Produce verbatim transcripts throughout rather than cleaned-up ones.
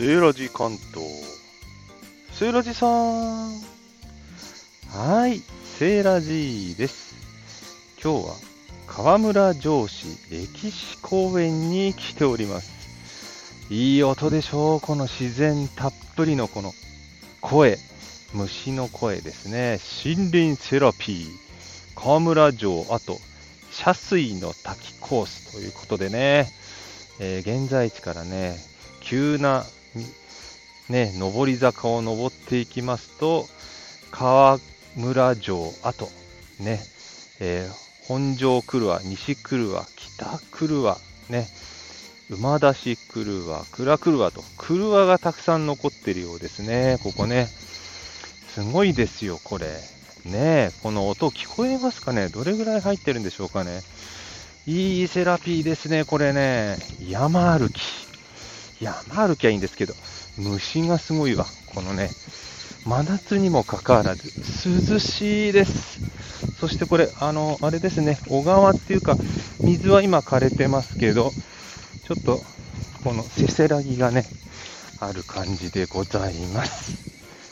セーラジ関東。セーラジさん。はい、セーラジです。今日は河村城址歴史公園に来ております。いい音でしょう。この自然たっぷりのこの声、虫の声ですね。森林セラピー、河村城、あと洒水の滝コースということでね、えー現在地からね、急なね、上り坂を登っていきますと、河村城、あとね、えー本庄来るわ、西来るわ、北来るわ、ね、馬出し来るわ、蔵来るわと、来るわがたくさん残ってるようですね、ここね。すごいですよ、これ。ねえ、この音聞こえますかね。どれぐらい入ってるんでしょうかね。いいセラピーですね、これね。山歩き。山歩きはいいんですけど、虫がすごいわ。このね、真夏にもかかわらず、涼しいです。そしてこれ、あの、あれですね、小川っていうか、水は今枯れてますけど、ちょっと、このせせらぎがね、ある感じでございます。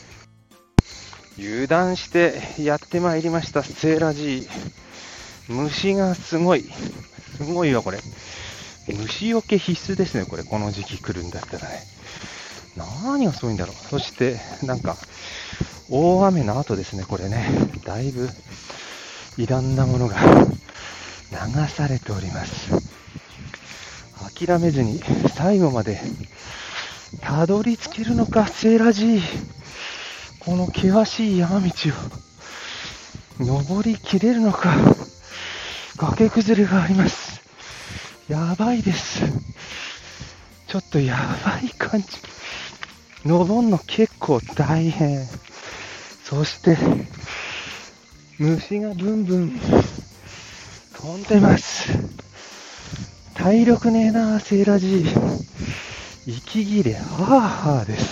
油断してやってまいりました、セーラジー。虫がすごい。すごいわ、これ。虫除け必須ですね、これ。この時期来るんだったらね。何がすごいんだろう。そして、なんか、大雨の後ですね、これね。だいぶ、いろんなものが流されております。諦めずに、最後まで、たどり着けるのか、セーラジー。この険しい山道を、登りきれるのか。崖崩れがあります。やばいです。ちょっとやばい感じ。登るの結構大変。そして、虫がブンブン飛んでます。体力ねえな、セーラジー。息切れ、はぁはぁです。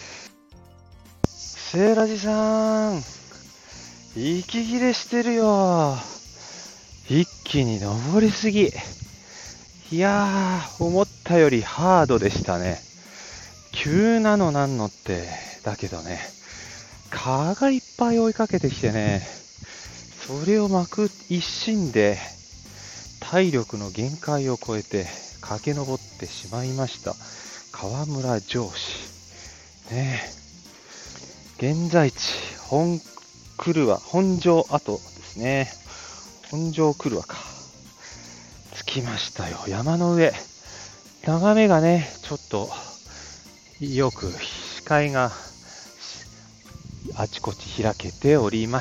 セーラジさん、息切れしてるよ。一気に登りすぎ。いやー、思ったよりハードでしたね。急なのなんのって、だけどね、蚊がいっぱい追いかけてきてね、それを巻く一心で、体力の限界を超えて駆け上ってしまいました。河村城址。ねえ、現在地、本来るわ、本庄跡ですね。本庄来るわか。着きましたよ。山の上。眺めがね、ちょっと、よく視界があちこち開けております。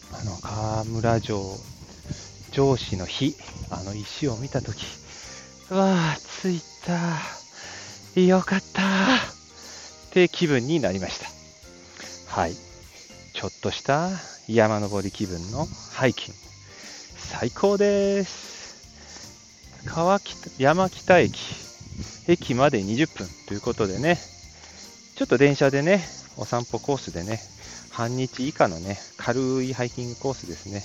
あの河村城城址の日、あの石を見たとき、うわー、着いた、よかったって気分になりました。はい、ちょっとした山登り気分のハイキング、最高です。川北山北駅駅までにじゅっぷんということでね、ちょっと電車でね、お散歩コースでね、半日以下のね、軽いハイキングコースですね。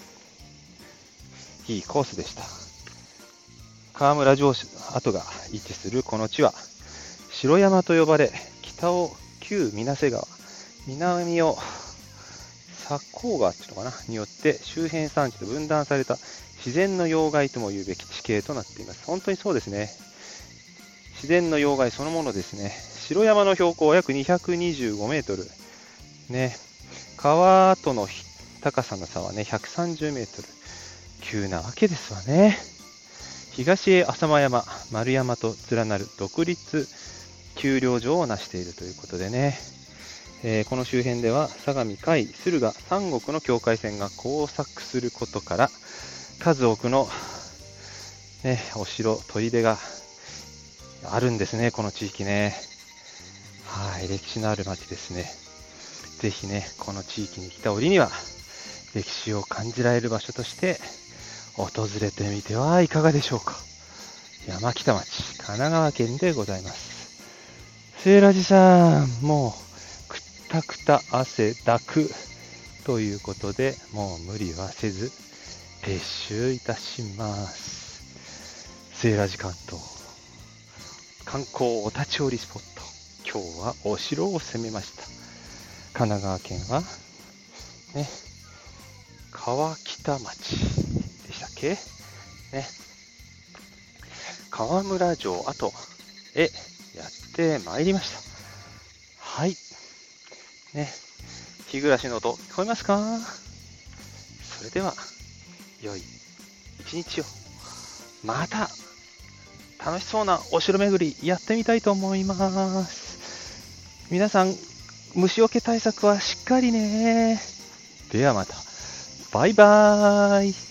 いいコースでした。河村城跡が位置するこの地は、城山と呼ばれ、北を旧水瀬川、南を左高川っていうのかなによって周辺山地と分断された自然の要害とも言うべき地形となっています。本当にそうですね。自然の要害そのものですね。城山の標高は約にひゃくにじゅうごメートル。ね、川との高さの差はね、ひゃくさんじゅうメートル。急なわけですわね。東へ浅間山、丸山と連なる独立丘陵場を成しているということでね、えーこの周辺では相模、甲斐、駿河三国の境界線が交錯することから、数多くの、ね、お城、砦があるんですね、この地域ね。はい、歴史のある町ですね。ぜひね、この地域に来た折には、歴史を感じられる場所として、訪れてみてはいかがでしょうか。山北町、神奈川県でございます。セーラジさん、もう、くったくた汗だくということで、もう無理はせず、撤収いたします。セーラジ関東、観光お立ち寄りスポット。 今日はお城を攻めました。神奈川県はね、川北町でしたっけね、河村城跡へやってまいりました。はい。ね、日暮らしの音聞こえますか？それでは、良い一日を。また、楽しそうなお城巡りやってみたいと思います。皆さん、虫除け対策はしっかりね。ではまた。バイバーイ。